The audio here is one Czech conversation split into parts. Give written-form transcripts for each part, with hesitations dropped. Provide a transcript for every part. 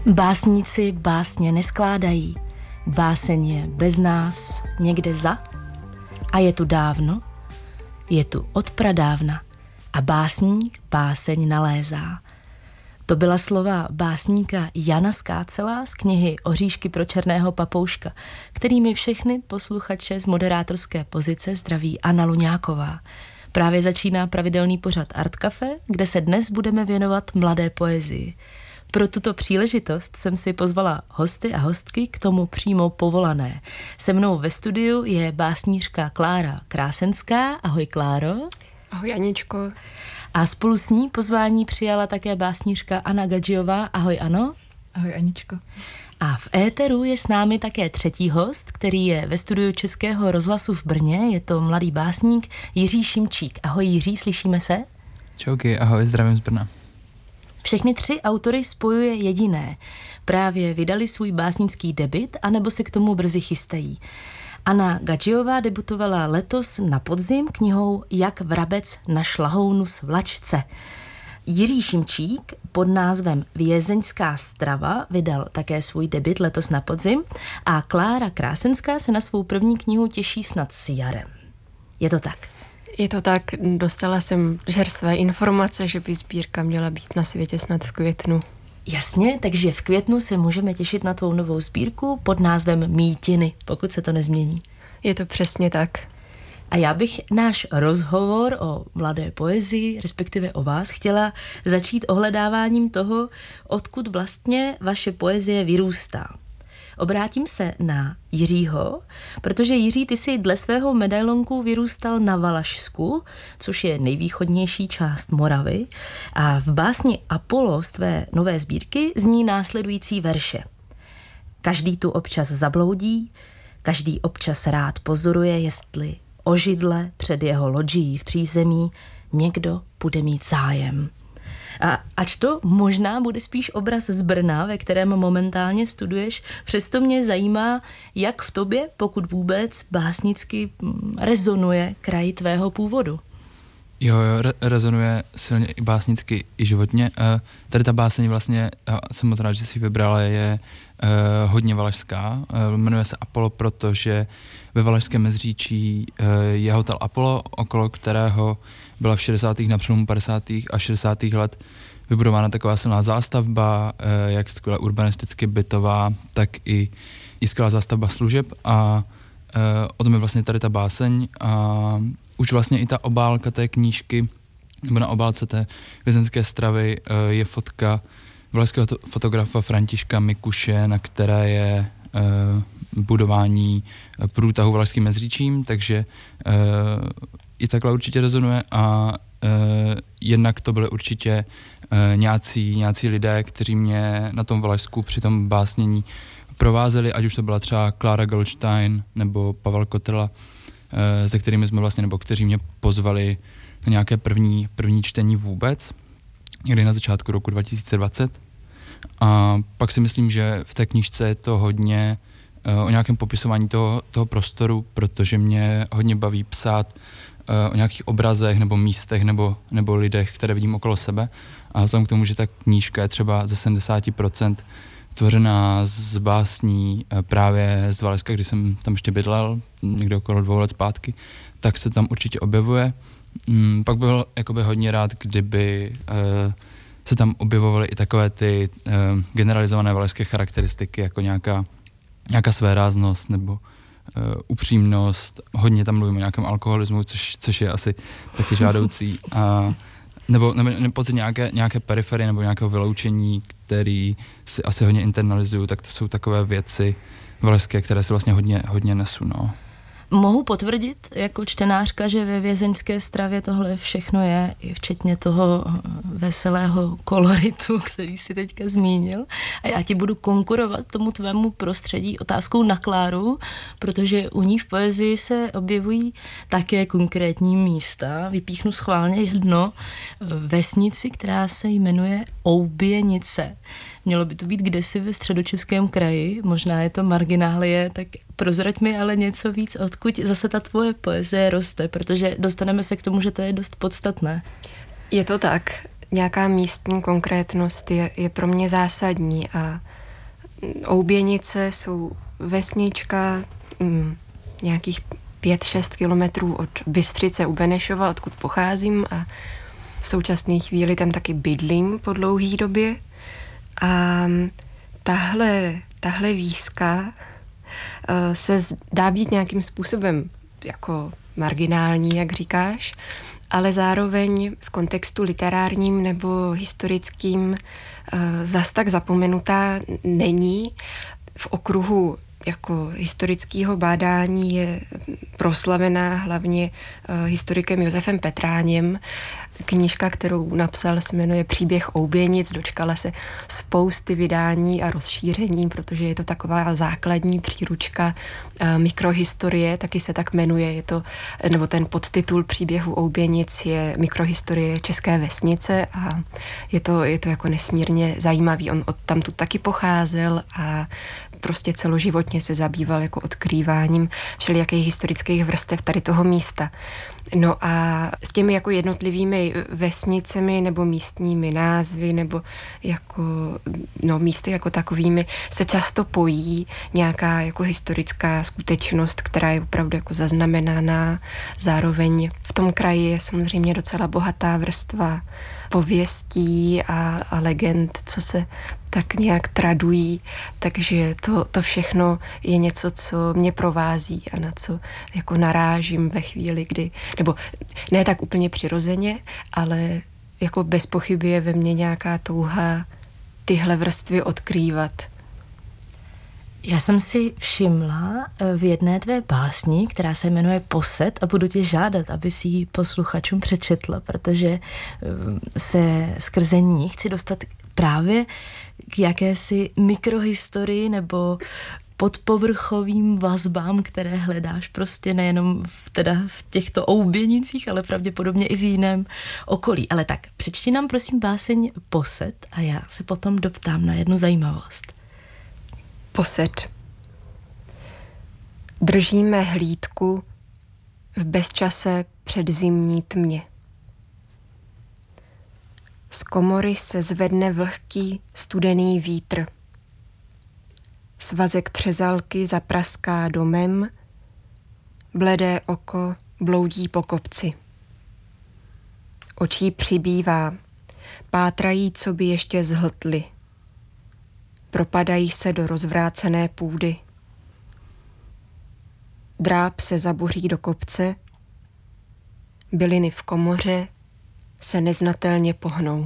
Básníci básně neskládají. Báseň je bez nás, někde za. A je tu dávno, je tu od pradávna. A básník báseň nalézá. To byla slova básníka Jana Skácela z knihy Oříšky pro černého papouška, kterými všechny posluchače z moderátorské pozice zdraví Anna Luňáková. Právě začíná pravidelný pořad Art Café, kde se dnes budeme věnovat mladé poezii. Pro tuto příležitost jsem si pozvala hosty a hostky k tomu přímo povolané. Se mnou ve studiu je básnířka Klára Krásenská. Ahoj, Kláro. Ahoj, Aničko. A spolu s ní pozvání přijala také básnířka Anna Gadžiová. Ahoj, Ano. Ahoj, Aničko. A v éteru je s námi také třetí host, který je ve studiu Českého rozhlasu v Brně. Je to mladý básník Jiří Šimčík. Ahoj, Jiří, slyšíme se? Čauky, ahoj, zdravím z Brna. Všechny tři autory spojuje jediné. Právě vydali svůj básnický debut, anebo se k tomu brzy chystají. Anna Gadžiová debutovala letos na podzim knihou Jak vrabec na šlahounu s vlačce. Jiří Šimčík pod názvem Vězeňská strava vydal také svůj debut letos na podzim a Klára Krásenská se na svou první knihu těší snad s jarem. Je to tak? Je to tak, dostala jsem čerstvé informace, že by sbírka měla být na světě snad v květnu. Jasně, takže v květnu se můžeme těšit na tvou novou sbírku pod názvem Mítiny, pokud se to nezmění. Je to přesně tak. A já bych náš rozhovor o mladé poezii, respektive o vás, chtěla začít ohledáváním toho, odkud vlastně vaše poezie vyrůstá. Obrátím se na Jiřího, protože Jiří, ty jsi dle svého medailonku vyrůstal na Valašsku, což je nejvýchodnější část Moravy, a v básni Apollo z tvé nové sbírky zní následující verše. Každý tu občas zabloudí, každý občas rád pozoruje, jestli o židle před jeho lodžií v přízemí někdo bude mít zájem. A ač to možná bude spíš obraz z Brna, ve kterém momentálně studuješ, přesto mě zajímá, jak v tobě, pokud vůbec, básnicky rezonuje kraj tvého původu. Jo, rezonuje silně i básnicky, i životně. Tady ta báseň vlastně, já jsem moc rád, že si vybrala, je hodně valašská. Jmenuje se Apollo, protože ve Valašském Mezříčí je hotel Apollo, okolo kterého byla v 60. na přelomu 50. a 60. let vybudována taková silná zástavba, jak skvěle urbanisticky bytová, tak i skvělá zástavba služeb a o tom je vlastně tady ta báseň a už vlastně i ta obálka té knížky, nebo na obálce té vězenské stravy je fotka valašského fotografa Františka Mikuše, na které je budování průtahu Valašským Mezříčím, takže i takhle určitě rezonuje a jednak to byly určitě nějací lidé, kteří mě na tom Valašsku při tom básnění provázeli, ať už to byla třeba Klára Goldstein nebo Pavel Kotrla, se kterými jsme vlastně, nebo kteří mě pozvali na nějaké první čtení vůbec, někdy na začátku roku 2020. A pak si myslím, že v té knížce je to hodně o nějakém popisování toho prostoru, protože mě hodně baví psát o nějakých obrazech nebo místech nebo lidech, které vidím okolo sebe. A vzhledem k tomu, že ta knížka je třeba ze 70% tvořená z básní právě z Valašska, když jsem tam ještě bydlel, někde okolo 2 let zpátky, tak se tam určitě objevuje. Pak bych byl jakoby hodně rád, kdyby se tam objevovaly i takové ty generalizované valašské charakteristiky, jako nějaká svéráznost nebo upřímnost. Hodně tam mluvím o nějakém alkoholismu, což je asi taky žádoucí. Nebo pocit nějaké periferie nebo nějakého vyloučení, který si asi hodně internalizuju, tak to jsou takové věci valašské, které si vlastně hodně nesu. No. Mohu potvrdit jako čtenářka, že ve vězeňské stravě tohle všechno je, včetně toho veselého koloritu, který si teďka zmínil. A já ti budu konkurovat tomu tvému prostředí otázkou na Kláru, protože u ní v poezii se objevují také konkrétní místa. Vypíchnu schválně jedno, vesnici, která se jmenuje Ouběnice. Mělo by to být kdesi ve Středočeském kraji, možná je to marginálie, tak prozrať mi ale něco víc, odkud zase ta tvoje poezie roste, protože dostaneme se k tomu, že to je dost podstatné. Je to tak. nějaká místní konkrétnost je pro mě zásadní a Ouběnice jsou vesnička nějakých 5-6 kilometrů od Bystřice u Benešova, odkud pocházím, a v současné chvíli tam taky bydlím po dlouhé době. A tahle výzka se dá být nějakým způsobem jako marginální, jak říkáš, ale zároveň v kontextu literárním nebo historickým zas tak zapomenutá není. V okruhu jako historického bádání je proslavená hlavně historikem Josefem Petráněm. Knížka, kterou napsal, se jmenuje Příběh Ouběnic, dočkala se spousty vydání a rozšíření, protože je to taková základní příručka mikrohistorie, taky se tak jmenuje, nebo ten podtitul Příběhu Ouběnic je Mikrohistorie české vesnice a je to jako nesmírně zajímavý. On odtamtud taky pocházel a prostě celoživotně se zabýval jako odkrýváním všelijakých historických vrstev tady toho místa. No a s těmi jako jednotlivými vesnicemi nebo místními názvy nebo jako, místy jako takovými se často pojí nějaká jako historická skutečnost, která je opravdu jako zaznamenaná. Zároveň v tom kraji je samozřejmě docela bohatá vrstva pověstí a legend, co se tak nějak tradují, takže to všechno je něco, co mě provází a na co jako narážím ve chvíli, kdy, nebo ne tak úplně přirozeně, ale jako bez pochyby je ve mně nějaká touha tyhle vrstvy odkrývat. Já jsem si všimla v jedné tvé básni, která se jmenuje Posed, a budu tě žádat, aby si ji posluchačům přečetla, protože se skrze ní chci dostat právě k jakési mikrohistorii nebo podpovrchovým vazbám, které hledáš prostě nejenom v těchto Ouběnicích, ale pravděpodobně i v jiném okolí. Ale tak, přečti nám prosím báseň Posed a já se potom doptám na jednu zajímavost. Posed. Držíme hlídku v bezčase předzimní tmě. Z komory se zvedne vlhký, studený vítr. Svazek třezalky zapraská domem, bledé oko bloudí po kopci. Očí přibývá, pátrají, co by ještě zhltly. Propadají se do rozvrácené půdy. Dráp se zaboří do kopce, byliny v komoře se neznatelně pohnou.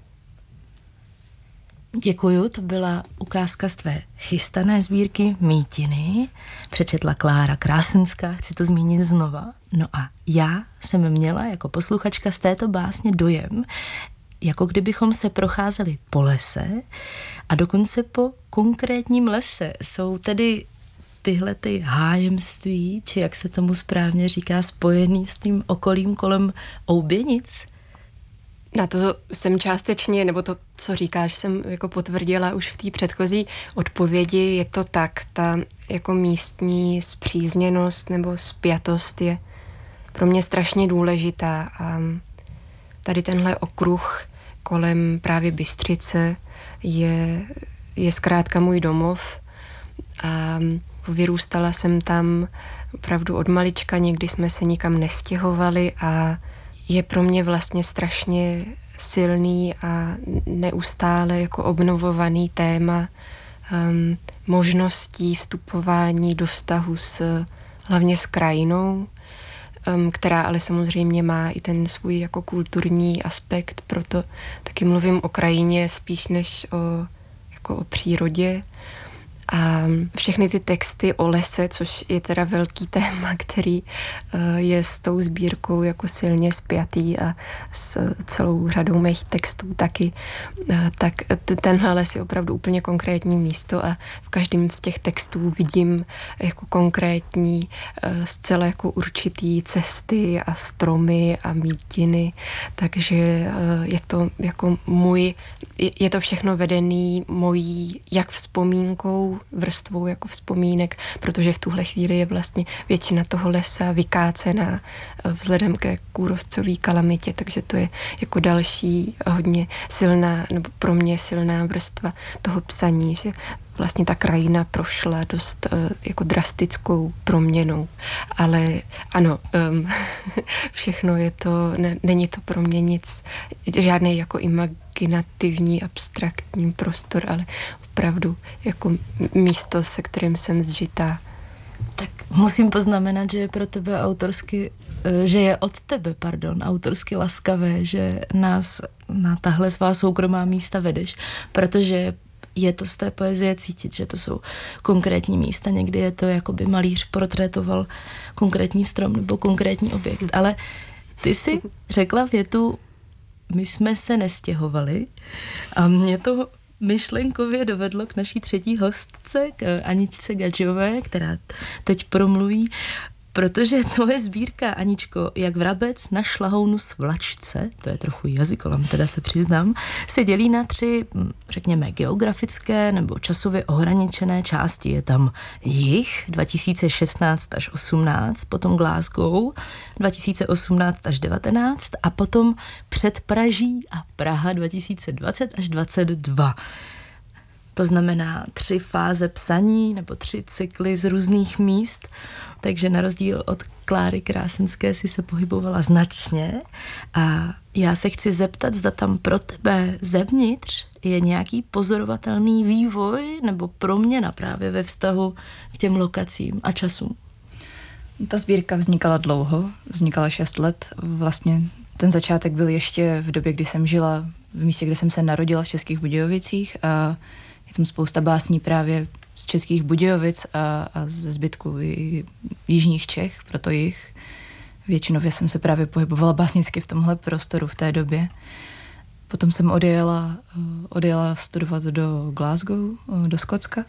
Děkuju, to byla ukázka z tvé chystané sbírky Mýtiny. Přečetla Klára Krásenská, chci to zmínit znova. No a já jsem měla jako posluchačka z této básně dojem, jako kdybychom se procházeli po lese a dokonce po konkrétním lese. Jsou tedy tyhle ty hájemství, či jak se tomu správně říká, spojený s tím okolím kolem Ouběnic? Na to jsem částečně, nebo to, co říkáš, jsem jako potvrdila už v té předchozí odpovědi. Je to tak, ta jako místní spřízněnost nebo spjatost je pro mě strašně důležitá a tady tenhle okruh kolem právě Bystřice je zkrátka můj domov a vyrůstala jsem tam opravdu od malička, nikdy jsme se nikam nestěhovali a je pro mě vlastně strašně silný a neustále jako obnovovaný téma možností vstupování do vztahu hlavně s krajinou, která ale samozřejmě má i ten svůj jako kulturní aspekt, proto taky mluvím o krajině spíš než o přírodě. A všechny ty texty o lese, což je teda velký téma, který je s tou sbírkou jako silně spjatý a s celou řadou mých textů taky, tak tenhle les je opravdu úplně konkrétní místo a v každém z těch textů vidím jako konkrétní, zcela jako určitý cesty a stromy a mýtiny, takže je to jako je to všechno vedený mojí jak vzpomínkou druhou vrstvou jako vzpomínek, protože v tuhle chvíli je vlastně většina toho lesa vykácená vzhledem ke kůrovcové kalamitě, takže to je jako další hodně silná, nebo pro mě silná vrstva toho psaní, že vlastně ta krajina prošla dost jako drastickou proměnou. Ale ano, všechno je to, není to pro mě nic, žádný jako imaginativní, abstraktní prostor, ale opravdu jako místo, se kterým jsem zžitá. Tak musím poznamenat, že je pro tebe autorsky, že je od tebe, autorsky laskavé, že nás na tahle svá soukromá místa vedeš, protože je to z té poezie cítit, že to jsou konkrétní místa. Někdy je to, jako by malíř portrétoval konkrétní strom nebo konkrétní objekt. Ale ty si řekla větu, my jsme se nestěhovali, a mě to myšlenkově dovedlo k naší třetí hostce, k Aničce Gadžiové, která teď promluví, protože tvoje sbírka, Aničko, Jak vrabec na šlahounu s vlačce, to je trochu jazykolam, teda se přiznám, se dělí na 3, řekněme, geografické nebo časově ohraničené části. Je tam jih 2016 až 18, potom Glasgow 2018 až 19 a potom Předpraží a Praha 2020 až 22. To znamená 3 fáze psaní nebo 3 cykly z různých míst, takže na rozdíl od Kláry Krásenské si se pohybovala značně a já se chci zeptat, zda tam pro tebe zevnitř je nějaký pozorovatelný vývoj nebo proměna právě ve vztahu k těm lokacím a časům. Ta sbírka vznikala dlouho, vznikala 6 let. Vlastně ten začátek byl ještě v době, kdy jsem žila v místě, kde jsem se narodila v Českých Budějovicích a je tam spousta básní právě z Českých Budějovic a ze zbytku jižních Čech, proto jich. Většinově jsem se právě pohybovala básnicky v tomhle prostoru v té době. Potom jsem odjela studovat do Glasgow, do Skotska.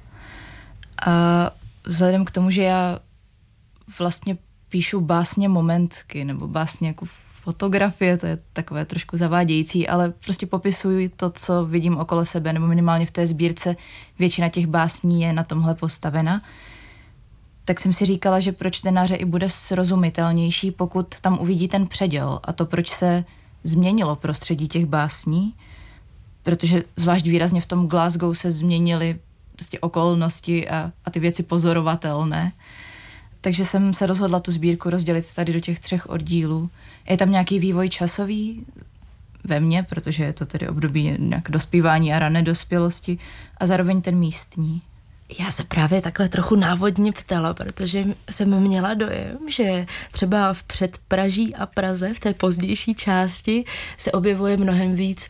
A vzhledem k tomu, že já vlastně píšu básně momentky, nebo básně jako fotografie, to je takové trošku zavádějící, ale prostě popisuji to, co vidím okolo sebe, nebo minimálně v té sbírce většina těch básní je na tomhle postavena. Tak jsem si říkala, že pro čtenáře i bude srozumitelnější, pokud tam uvidí ten předěl a to, proč se změnilo prostředí těch básní, protože zvlášť výrazně v tom Glasgow se změnily prostě okolnosti a ty věci pozorovatelné. Takže jsem se rozhodla tu sbírku rozdělit tady do těch 3 oddílů. Je tam nějaký vývoj časový ve mně, protože je to tedy období nějak dospívání a rané dospělosti a zároveň ten místní. Já se právě takhle trochu návodně ptala, protože jsem měla dojem, že třeba v Předpraží a Praze, v té pozdější části, se objevuje mnohem víc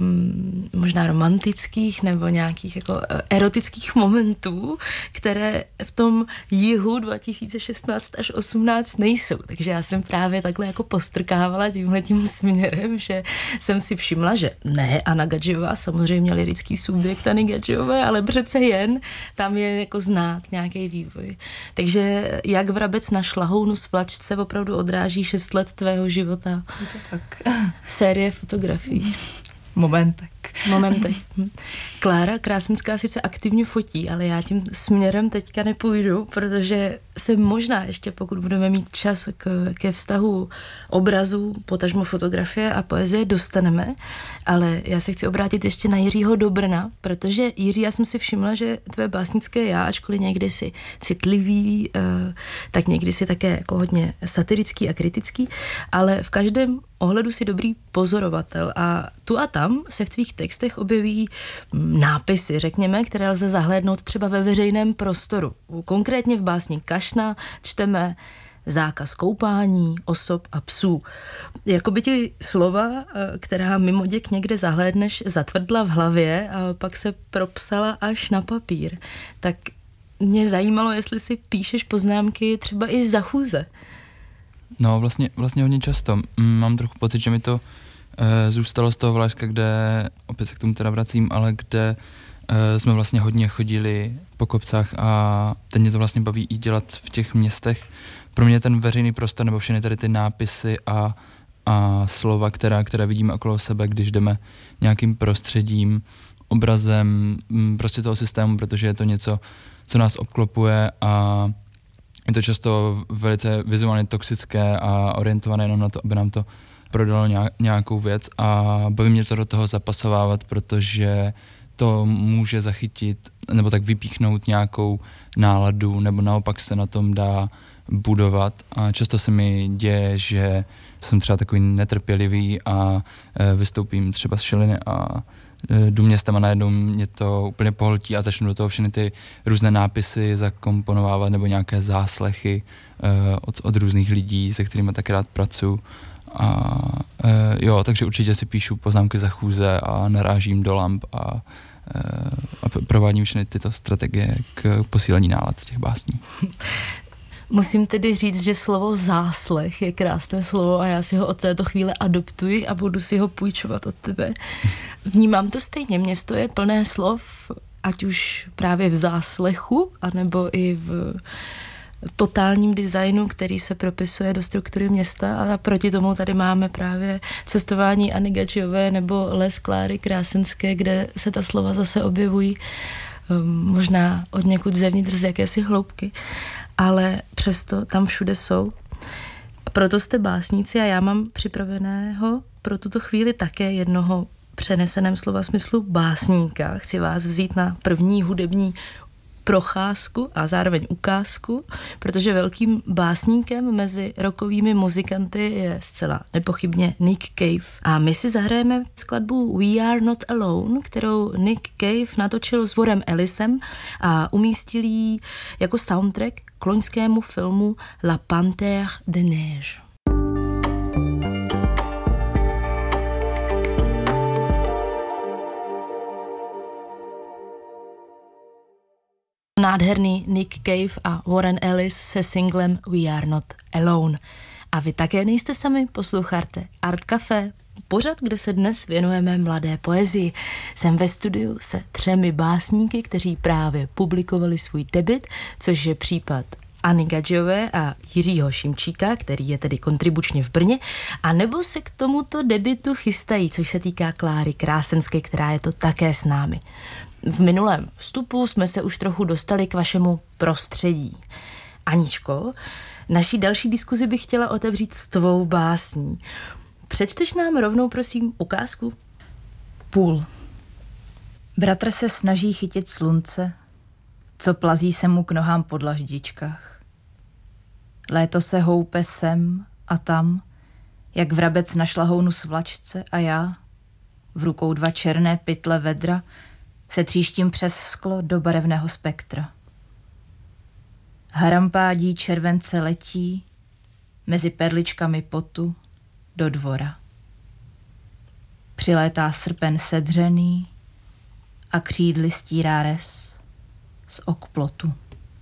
možná romantických nebo nějakých jako erotických momentů, které v tom jihu 2016 až 18 nejsou. Takže já jsem právě takhle jako postrkávala tímhletím směrem, že jsem si všimla, že ne Anna Gadžiová, samozřejmě lirický subjekt Anny Gadžiové, ale přece jen tam je jako znát nějaký vývoj. Takže Jak vrabec na šlahounu s vlačce opravdu odráží 6 let tvého života. Je to tak. Série fotografií. Momentek. Klára Krásenská sice aktivně fotí, ale já tím směrem teďka nepůjdu, protože se možná ještě, pokud budeme mít čas ke vztahu obrazu, potažmo fotografie a poezie, dostaneme, ale já se chci obrátit ještě na Jiřího do Brna, protože Jiří, já jsem si všimla, že tvé básnické já, ačkoliv někdy si citlivý, tak někdy si také jako hodně satirický a kritický, ale v každém ohledu si dobrý pozorovatel a tu a tam se v tvých textech objeví nápisy, řekněme, které lze zahlédnout třeba ve veřejném prostoru. Konkrétně v básni Kašna čteme zákaz koupání, osob a psů. Jakoby ti slova, která mimoděk někde zahlédneš, zatvrdla v hlavě a pak se propsala až na papír. Tak mě zajímalo, jestli si píšeš poznámky třeba i za chůze. No, vlastně hodně často. Mám trochu pocit, že mi to zůstalo z toho Valašska, kde, opět se k tomu teda vracím, ale kde jsme vlastně hodně chodili po kopcách a teď mě to vlastně baví i dělat v těch městech. Pro mě ten veřejný prostor nebo všechny tady ty nápisy a slova, které vidíme okolo sebe, když jdeme nějakým prostředím, obrazem prostě toho systému, protože je to něco, co nás obklopuje a je to často velice vizuálně toxické a orientované jenom na to, aby nám to prodalo nějakou věc a baví mě to do toho zapasovávat, protože to může zachytit nebo tak vypíchnout nějakou náladu nebo naopak se na tom dá budovat a často se mi děje, že jsem třeba takový netrpělivý a vystoupím třeba z šiliny a jdu městem a najednou mě to úplně pohltí a začnu do toho všechny ty různé nápisy zakomponovávat nebo nějaké záslechy od různých lidí, se kterými tak rád pracuji. A takže určitě si píšu poznámky za chůze a narážím do lamp a provádím všechny tyto strategie k posílení nálad z těch básní. Musím tedy říct, že slovo záslech je krásné slovo a já si ho od této chvíle adoptuji a budu si ho půjčovat od tebe. Vnímám to stejně, město je plné slov, ať už právě v záslechu, anebo i v totálním designu, který se propisuje do struktury města a proti tomu tady máme právě cestování Anny Gacziové nebo Les Kláry Krásenské, kde se ta slova zase objevují možná od někud zevnitř z jakési hloubky, ale přesto tam všude jsou. A proto jste básníci a já mám připraveného pro tuto chvíli také jednoho přeneseném slova smyslu básníka. Chci vás vzít na první hudební procházku a zároveň ukázku, protože velkým básníkem mezi rockovými muzikanty je zcela nepochybně Nick Cave. A my si zahrajeme skladbu We Are Not Alone, kterou Nick Cave natočil s Warrenem Ellisem a umístil ji jako soundtrack k loňskému filmu La Panthère de Neige. Nádherný Nick Cave a Warren Ellis se singlem We Are Not Alone. A vy také nejste sami, posloucháte Art Café, pořad, kde se dnes věnujeme mladé poezii. Jsem ve studiu se 3 básníky, kteří právě publikovali svůj debut, což je případ Anny Gacziové a Jiřího Šimčíka, který je tedy kontribučně v Brně, a nebo se k tomuto debutu chystají, což se týká Kláry Krásenské, která je to také s námi. V minulém vstupu jsme se už trochu dostali k vašemu prostředí. Aničko, naší další diskuzi bych chtěla otevřít s tvou básní. Přečteš nám rovnou, prosím, ukázku? Půl. Bratr se snaží chytit slunce, co plazí se mu k nohám po dlaždičkách. Léto se houpe sem a tam, jak vrabec na šlahounu svlačce a já, v rukou 2 černé pytle vedra, se tříštím přes sklo do barevného spektra. Harampádí července letí mezi perličkami potu do dvora. Přilétá srpen sedřený a křídly stírá res z okplotu.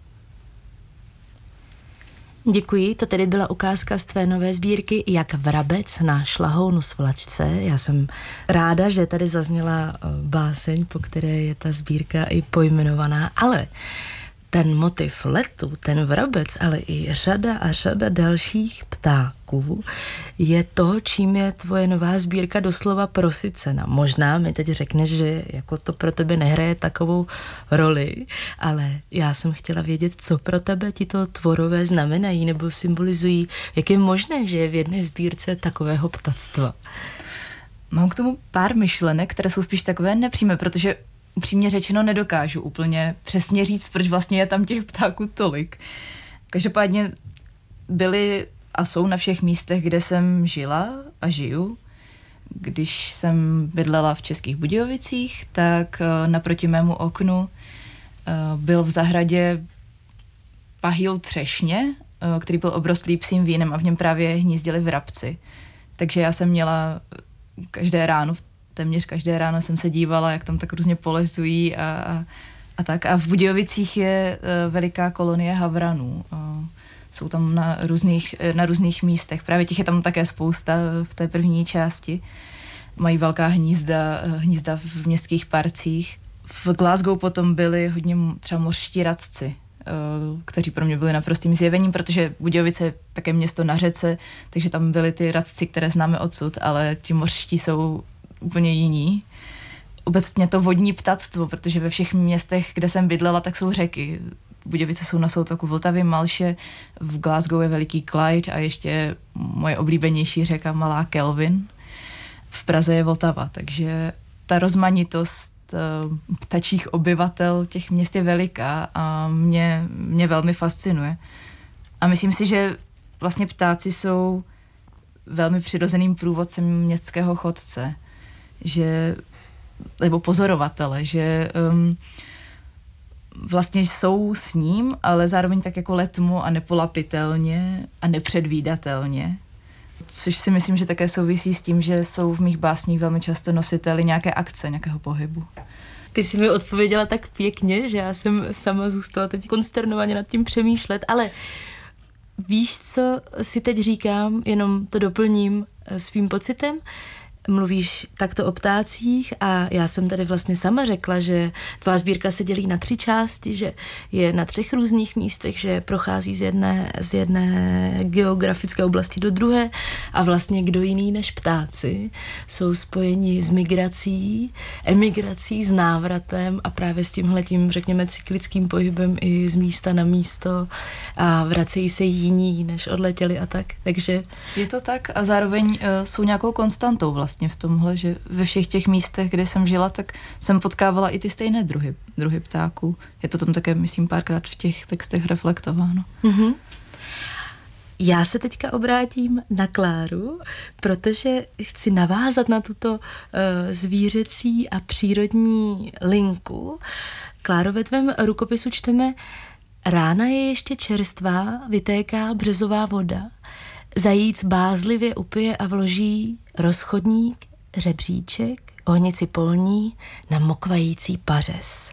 Děkuji, to tedy byla ukázka z tvé nové sbírky Jak vrabec na šlahounu svlačce. Já jsem ráda, že tady zazněla báseň, po které je ta sbírka i pojmenovaná, ale ten motiv letu, ten vrabec, ale i řada a řada dalších ptáků je to, čím je tvoje nová sbírka doslova prosycena. Možná mi teď řekneš, že jako to pro tebe nehraje takovou roli, ale já jsem chtěla vědět, co pro tebe tito tvorové znamenají nebo symbolizují. Jak je možné, že je v jedné sbírce takového ptactva? Mám k tomu pár myšlenek, které jsou spíš takové nepřímé, protože upřímně řečeno nedokážu úplně přesně říct, proč vlastně je tam těch ptáků tolik. Každopádně byly a jsou na všech místech, kde jsem žila a žiju. Když jsem bydlela v Českých Budějovicích, tak naproti mému oknu byl v zahradě pahýl třešně, který byl obrostlý psím vínem a v něm právě hnízdili vrabci. Takže já jsem měla téměř každé ráno jsem se dívala, jak tam tak různě poletují a tak. A v Budějovicích je veliká kolonie havranů. Jsou tam na různých místech. Právě těch je tam také spousta v té první části. Mají velká hnízda v městských parcích. V Glasgow potom byli hodně třeba mořští radci, kteří pro mě byli naprostým zjevením, protože Budějovice je také město na řece, takže tam byli ty radci, které známe odsud, ale ti mořští jsou úplně jiní. obecně to vodní ptactvo, protože ve všech městech, kde jsem bydlela, tak jsou řeky. Budějovice jsou na soutoku Vltavy, Malše, v Glasgow je veliký Clyde a ještě moje oblíbenější řeka Malá Kelvin. V Praze je Vltava, takže ta rozmanitost ptačích obyvatel těch měst je veliká a mě velmi fascinuje. A myslím si, že vlastně ptáci jsou velmi přirozeným průvodcem městského chodce, nebo pozorovatele, že vlastně jsou s ním, ale zároveň tak jako letmo a nepolapitelně a nepředvídatelně. Což si myslím, že také souvisí s tím, že jsou v mých básních velmi často nositeli nějaké akce, nějakého pohybu. Ty jsi mi odpověděla tak pěkně, že já jsem sama zůstala teď konsternovaně nad tím přemýšlet, ale víš, co si teď říkám, jenom to doplním svým pocitem? Mluvíš takto o ptácích a já jsem tady vlastně sama řekla, že tvá sbírka se dělí na 3 části, že je na 3 různých místech, že prochází z jedné geografické oblasti do druhé a vlastně kdo jiný než ptáci jsou spojeni s migrací, emigrací, s návratem a právě s tímhletím, řekněme, cyklickým pohybem i z místa na místo a vracejí se jiní, než odletěli a tak, takže... Je to tak a zároveň jsou nějakou konstantou vlastně v tomhle, že ve všech těch místech, kde jsem žila, tak jsem potkávala i ty stejné druhy ptáků. Je to tam také, myslím, párkrát v těch textech reflektováno. Mm-hmm. Já se teďka obrátím na Kláru, protože chci navázat na tuto zvířecí a přírodní linku. Kláro, ve tvém rukopisu čteme: rána je ještě čerstvá, vytéká březová voda. Zajíc bázlivě upije a vloží rozchodník, řebříček, ohnici polní na mokvající pařez.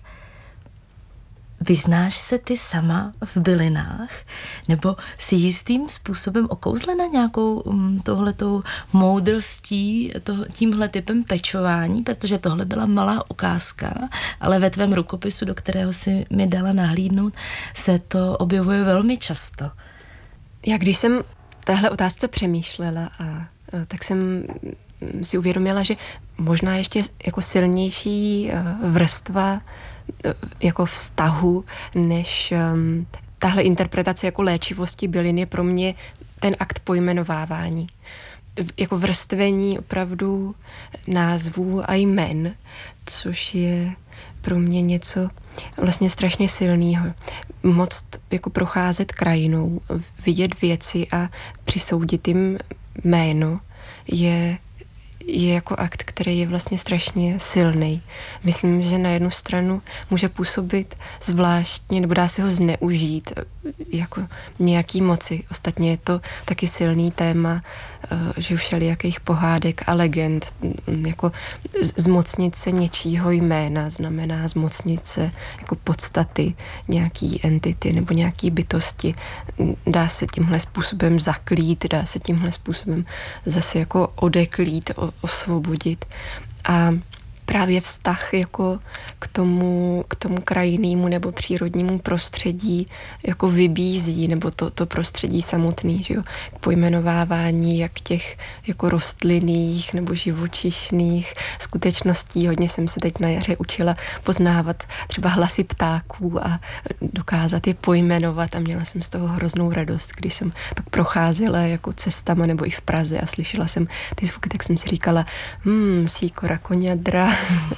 Vyznáš se ty sama v bylinách? Nebo jsi jistým způsobem okouzlena nějakou tohletou moudrostí, tímhle typem pečování? Protože tohle byla malá ukázka, ale ve tvém rukopisu, do kterého si mi dala nahlídnout, se to objevuje velmi často. Já když jsem téhle otázce přemýšlela tak jsem si uvědomila, že možná ještě jako silnější vrstva jako vztahu, než tahle interpretace jako léčivosti bylin je pro mě ten akt pojmenovávání. Jako vrstvení opravdu názvů a jmen, což je pro mě něco vlastně strašně silného. Moc jako procházet krajinou, vidět věci a přisoudit jim jméno je jako akt, který je vlastně strašně silný. Myslím, že na jednu stranu může působit zvláštně, nebo dá se ho zneužít jako nějaký moci. Ostatně je to taky silný téma, že už všelijakých pohádek a legend. Jako zmocnit se něčího jména znamená zmocnit se jako podstaty nějaký entity nebo nějaký bytosti. Dá se tímhle způsobem zaklít, dá se tímhle způsobem zase jako odeklít, osvobodit. A právě vztah jako k tomu krajinnému nebo přírodnímu prostředí jako vybízí, nebo to prostředí samotný, že jo, k pojmenovávání jak těch jako rostlinných nebo živočišných skutečností. Hodně jsem se teď na jaře učila poznávat třeba hlasy ptáků a dokázat je pojmenovat a měla jsem z toho hroznou radost, když jsem pak procházela jako cestama nebo i v Praze a slyšela jsem ty zvuky, tak jsem si říkala síkora, koňadra,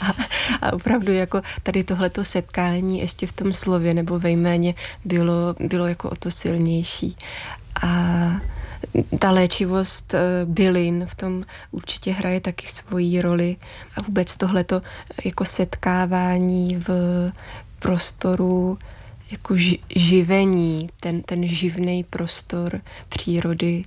a opravdu jako tady tohleto setkání ještě v tom slově nebo ve jméně bylo jako o to silnější. A ta léčivost bylin v tom určitě hraje taky svoji roli a vůbec tohleto jako setkávání v prostoru jako živení, ten živný prostor přírody,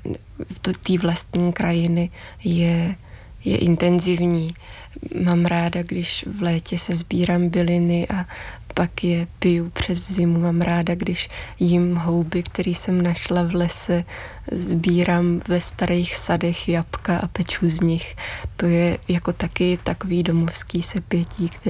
té vlastní krajiny je intenzivní. Mám ráda, když v létě se sbírám byliny a pak je piju přes zimu. Mám ráda, když jím houby, který jsem našla v lese, sbírám ve starých sadech jabka a peču z nich. To je jako taky takový domovský sepětí, který je nesmírně krásný.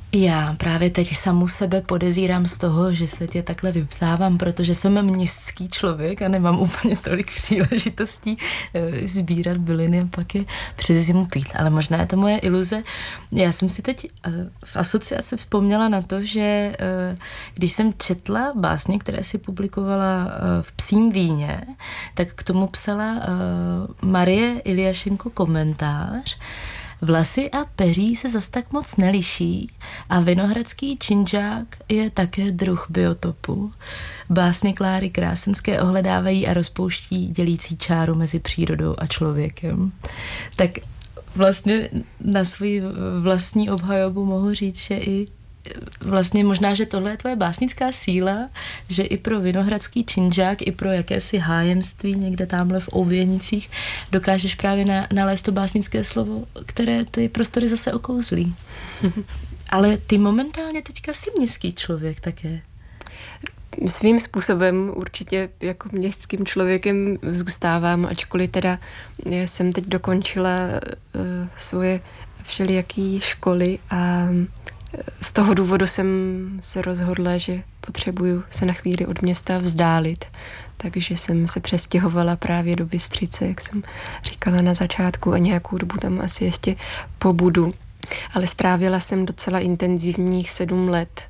Já právě teď samu sebe podezírám z toho, že se tě takhle vyptávám, protože jsem městský člověk a nemám úplně tolik příležitostí sbírat byliny a pak je přes zimu pít. Ale možná je to moje iluze. Já jsem si teď v asociaci vzpomněla na to, že když jsem četla básně, které si publikovala v Psím víně, tak k tomu psala Marie Iljašenko komentář. Vlasy a peří se zas tak moc neliší a vinohradský činžák je také druh biotopu. Básně Kláry Krásenské ohledávají a rozpouští dělící čáru mezi přírodou a člověkem. Tak vlastně na svou vlastní obhajobu mohu říct, že i vlastně možná, že tohle je tvoje básnická síla, že i pro vinohradský činžák, i pro jakési hájemství někde tamhle v Ouvěnicích dokážeš právě nalézt to básnické slovo, které ty prostory zase okouzlí. Ale ty momentálně teďka jsi městský člověk také. Svým způsobem určitě jako městským člověkem zůstávám, ačkoliv teda jsem teď dokončila svoje všelijaký školy a z toho důvodu jsem se rozhodla, že potřebuju se na chvíli od města vzdálit. Takže jsem se přestěhovala právě do Bystřice, jak jsem říkala na začátku, a nějakou dobu tam asi ještě pobudu. Ale strávila jsem docela intenzivních 7 let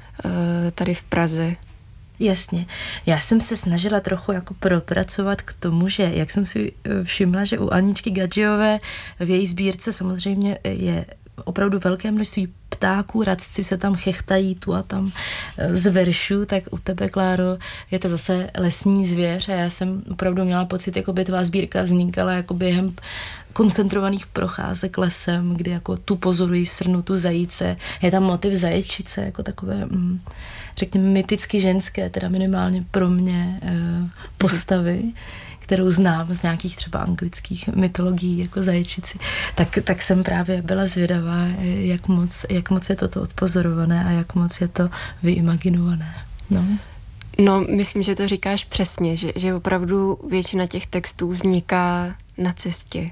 tady v Praze. Jasně. Já jsem se snažila trochu jako propracovat k tomu, že jak jsem si všimla, že u Aničky Gadžiové v její sbírce samozřejmě je opravdu velké množství ptáků, radci se tam chechtají tu a tam z veršů, tak u tebe, Kláro, je to zase lesní zvěř a já jsem opravdu měla pocit, jako by tvá sbírka vznikala jako během koncentrovaných procházek lesem, kdy jako tu pozorují srnu, tu zajíce. Je tam motiv zaječnice, jako takové, řekněme, myticky ženské, teda minimálně pro mě postavy, kterou znám z nějakých třeba anglických mytologií jako zaječnici, tak jsem právě byla zvědavá, jak moc je toto odpozorované a jak moc je to vyimaginované. No, myslím, že to říkáš přesně, že opravdu většina těch textů vzniká na cestě.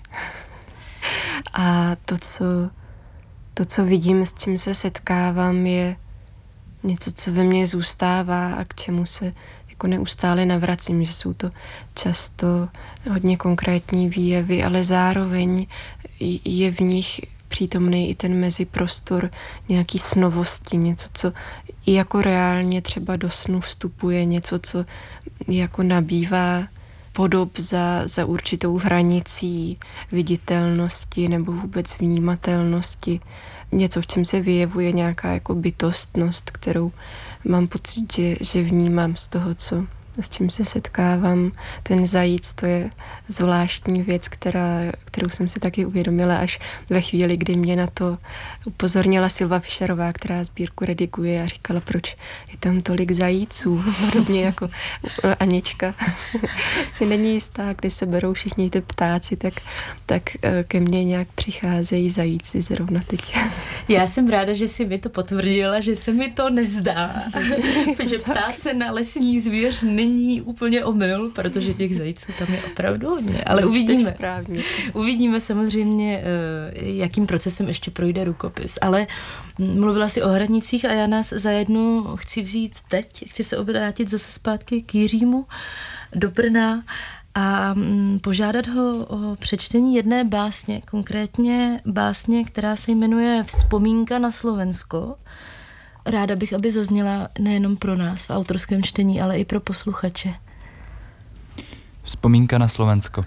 A to, co vidím, s čím se setkávám, je něco, co ve mně zůstává a k čemu se jako neustále navracím, že jsou to často hodně konkrétní výjevy, ale zároveň je v nich přítomný i ten meziprostor nějaký snovosti, něco, co i jako reálně třeba do snu vstupuje, něco, co jako nabývá podob za určitou hranicí viditelnosti nebo vůbec vnímatelnosti. Něco, v čem se vyjevuje nějaká jako bytostnost, kterou mám pocit, že vnímám z toho, s čím se setkávám. Ten zajíc, to je zvláštní věc, kterou jsem si taky uvědomila až ve chvíli, kdy mě na to upozornila Silva Fischerová, která sbírku rediguje a říkala, proč je tam tolik zajíců. Podobně jako Anička si není jistá, kdy se berou všichni ty ptáci, tak ke mně nějak přicházejí zajíci zrovna teď. Já jsem ráda, že jsi mi to potvrdila, že se mi to nezdá. Protože ptát se na lesní zvěř není úplně omyl, protože těch zajíců tam je opravdu hodně. Ale uvidíme samozřejmě, jakým procesem ještě projde rukopis. Ale mluvila jsi o hradnicích a já nás za jednu chci vzít teď. Chci se obrátit zase zpátky k Jiřímu do Brna a požádat ho o přečtení jedné básně, konkrétně básně, která se jmenuje Vzpomínka na Slovensko. Ráda bych, aby zazněla nejenom pro nás v autorském čtení, ale i pro posluchače. Vzpomínka na Slovensko.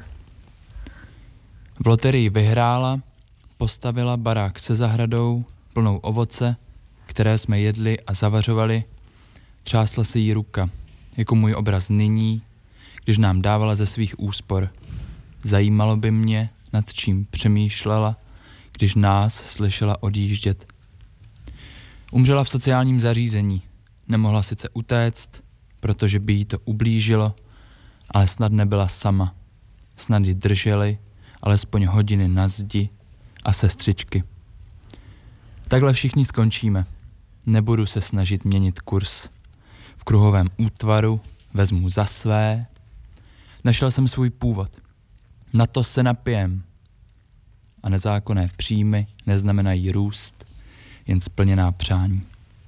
V loterii vyhrála, postavila barák se zahradou, plnou ovoce, které jsme jedli a zavařovali. Třásla se jí ruka, jako můj obraz nyní, když nám dávala ze svých úspor. Zajímalo by mě, nad čím přemýšlela, když nás slyšela odjíždět. Umřela v sociálním zařízení. Nemohla sice utéct, protože by jí to ublížilo, ale snad nebyla sama. Snad ji drželi alespoň hodiny na zdi a sestřičky. Takhle všichni skončíme. Nebudu se snažit měnit kurz. V kruhovém útvaru vezmu za své. Našel jsem svůj původ. Na to se napijem. A nezákonné příjmy neznamenají růst. jen splněná přání.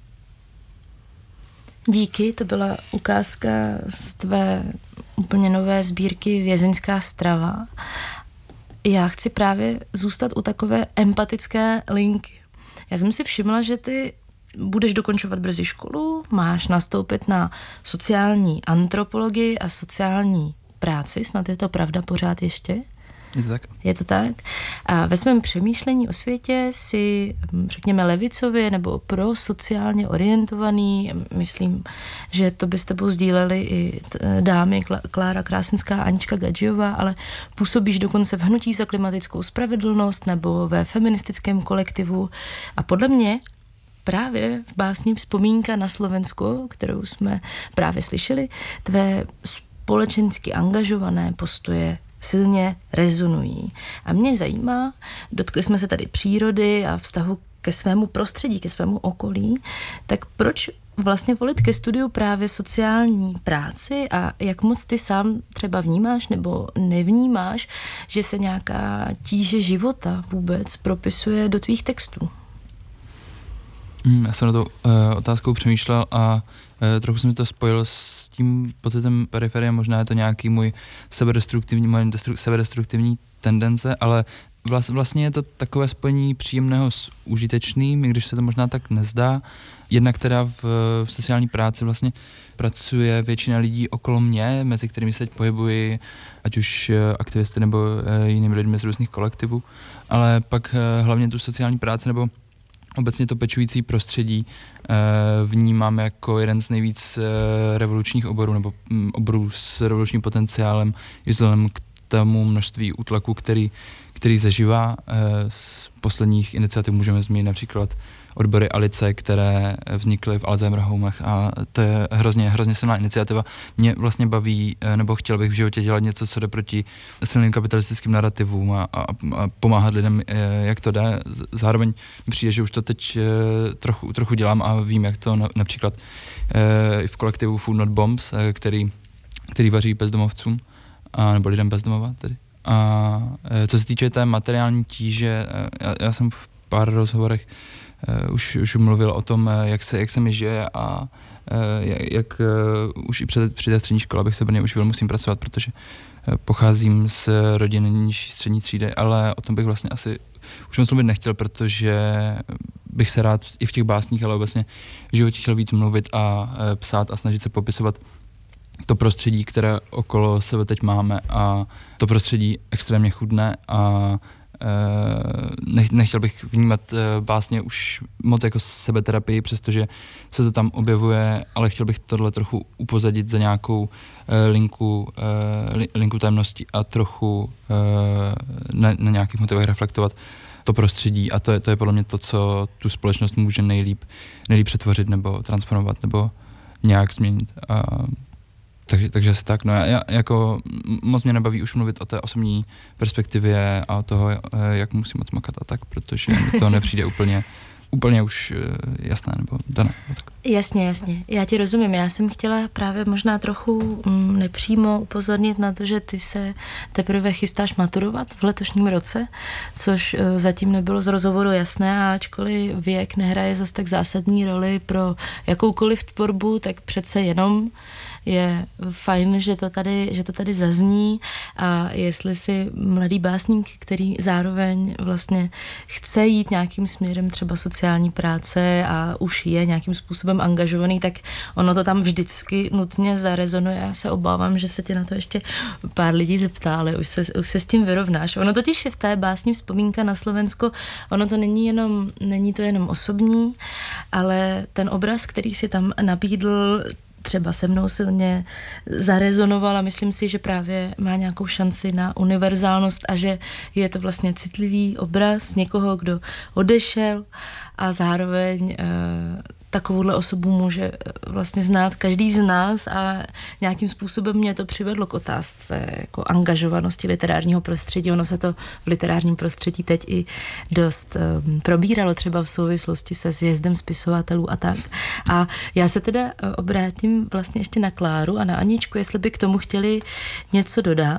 Díky, to byla ukázka z tvé úplně nové sbírky Vězeňská strava. Já chci právě zůstat u takové empatické linky. Já jsem si všimla, že ty budeš dokončovat brzy školu, máš nastoupit na sociální antropologii a sociální práci, snad je to pravda pořád ještě? Je to tak? Je to tak. A ve svém přemýšlení o světě si, řekněme, levicově nebo pro sociálně orientovaný, myslím, že to by s tebou sdíleli i dámy Klára Krásenská a Anička Gadžiová, ale působíš dokonce v Hnutí za klimatickou spravedlnost nebo ve feministickém kolektivu. A podle mě právě v básni Vzpomínka na Slovensko, kterou jsme právě slyšeli, tvé společensky angažované postoje silně rezonují. A mě zajímá, dotkli jsme se tady přírody a vztahu ke svému prostředí, ke svému okolí, tak proč vlastně volit ke studiu právě sociální práci a jak moc ty sám třeba vnímáš nebo nevnímáš, že se nějaká tíže života vůbec propisuje do tvých textů? Já jsem na tou otázkou přemýšlel a trochu jsem to spojil s tím pocitem periferie, možná je to nějaký můj sebedestruktivní tendence, ale vlastně je to takové spojení příjemného s užitečným, i když se to možná tak nezdá. Jedna, která v sociální práci vlastně pracuje většina lidí okolo mě, mezi kterými se teď pohybuji, ať už aktivisty nebo jinými lidmi z různých kolektivů, ale pak hlavně tu sociální práci nebo obecně to pečující prostředí vnímám jako jeden z nejvíc revolučních oborů nebo oborů s revolučním potenciálem vzhledem k tomu množství útlaku, který zažívá. Z posledních iniciativ můžeme zmínit například odbory Alice, které vznikly v Alzheimer homech a to je hrozně silná iniciativa. Mě vlastně baví, nebo chtěl bych v životě dělat něco, co jde proti silným kapitalistickým narrativům a pomáhat lidem, jak to jde. Zároveň mi přijde, že už to teď trochu dělám a vím, jak to například v kolektivu Food Not Bombs, který vaří bezdomovcům, nebo lidem bez domova tedy. A co se týče té materiální tíže, já jsem v pár rozhovorech už mluvil o tom, jak se mi žije a jak už i při té střední škole bych se Brně uživil, musím pracovat, protože pocházím z rodiny nižší střední třídy, ale o tom bych vlastně asi už moc mluvit nechtěl, protože bych se rád i v těch básních, ale obecně v životě chtěl víc mluvit a psát a snažit se popisovat to prostředí, které okolo sebe teď máme a to prostředí extrémně chudné a nechtěl bych vnímat básně už moc jako sebeterapii, přestože se to tam objevuje, ale chtěl bych tohle trochu upozadit za nějakou linku tajemnosti a trochu na nějakých motivech reflektovat to prostředí a to je podle mě to, co tu společnost může nejlíp přetvořit nebo transformovat nebo nějak změnit. Takže asi tak, no já jako moc mě nebaví už mluvit o té osobní perspektivě a o toho, jak musím moc makat a tak, protože mi to nepřijde úplně už jasné nebo dané. Jasně. Já ti rozumím. Já jsem chtěla právě možná trochu nepřímo upozornit na to, že ty se teprve chystáš maturovat v letošním roce, což zatím nebylo z rozhovoru jasné, a ačkoliv věk nehraje zas tak zásadní roli pro jakoukoliv tvorbu, tak přece jenom je fajn, že to tady zazní, a jestli si mladý básník, který zároveň vlastně chce jít nějakým směrem třeba sociální práce a už je nějakým způsobem angažovaný, tak ono to tam vždycky nutně zarezonuje. Já se obávám, že se tě na to ještě pár lidí zeptá, ale už se s tím vyrovnáš. Ono totiž je v té básni Vzpomínka na Slovensko, ono to není to jenom osobní, ale ten obraz, který si tam nabídl, třeba se mnou silně zarezonoval a myslím si, že právě má nějakou šanci na univerzálnost a že je to vlastně citlivý obraz někoho, kdo odešel a zároveň takovouhle osobu může vlastně znát každý z nás, a nějakým způsobem mě to přivedlo k otázce jako angažovanosti literárního prostředí. Ono se to v literárním prostředí teď i dost probíralo, třeba v souvislosti se sjezdem spisovatelů a tak. A já se teda obrátím vlastně ještě na Kláru a na Aničku, jestli by k tomu chtěli něco dodat,